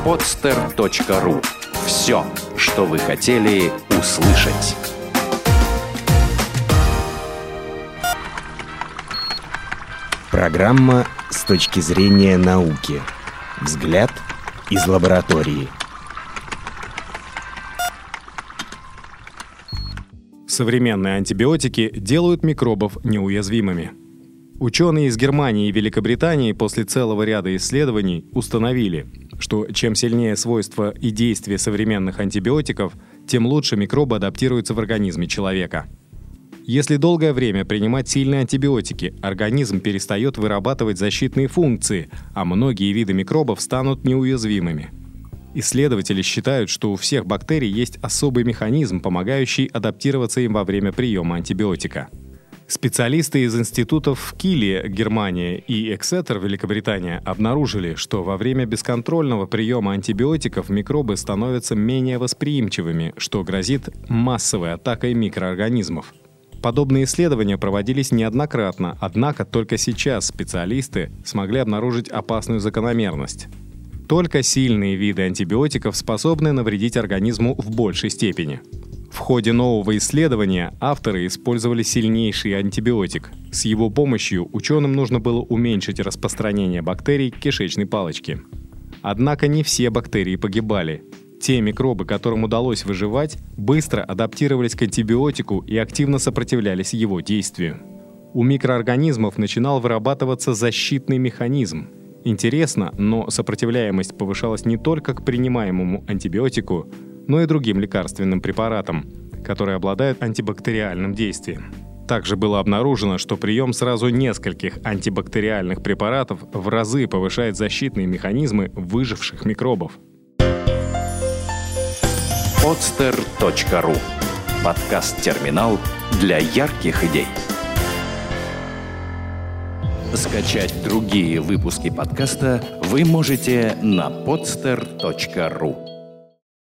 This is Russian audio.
podster.ru. Все, что вы хотели услышать. Программа «С точки зрения науки». Взгляд из лаборатории. Современные антибиотики делают микробов неуязвимыми. Ученые из Германии и Великобритании после целого ряда исследований установили, что чем сильнее свойства и действия современных антибиотиков, тем лучше микробы адаптируются в организме человека. Если долгое время принимать сильные антибиотики, организм перестает вырабатывать защитные функции, а многие виды микробов станут неуязвимыми. Исследователи считают, что у всех бактерий есть особый механизм, помогающий адаптироваться им во время приема антибиотика. Специалисты из институтов в Киле, Германия, и Эксетер, Великобритания, обнаружили, что во время бесконтрольного приема антибиотиков микробы становятся менее восприимчивыми, что грозит массовой атакой микроорганизмов. Подобные исследования проводились неоднократно, однако только сейчас специалисты смогли обнаружить опасную закономерность. Только сильные виды антибиотиков способны навредить организму в большей степени. В ходе нового исследования авторы использовали сильнейший антибиотик. С его помощью ученым нужно было уменьшить распространение бактерий кишечной палочки. Однако не все бактерии погибали. Те микробы, которым удалось выживать, быстро адаптировались к антибиотику и активно сопротивлялись его действию. У микроорганизмов начинал вырабатываться защитный механизм. Интересно, но сопротивляемость повышалась не только к принимаемому антибиотику, но и другим лекарственным препаратам, которые обладают антибактериальным действием. Также было обнаружено, что прием сразу нескольких антибактериальных препаратов в разы повышает защитные механизмы выживших микробов. podster.ru. Подкаст-терминал для ярких идей. Скачать другие выпуски подкаста вы можете на podster.ru.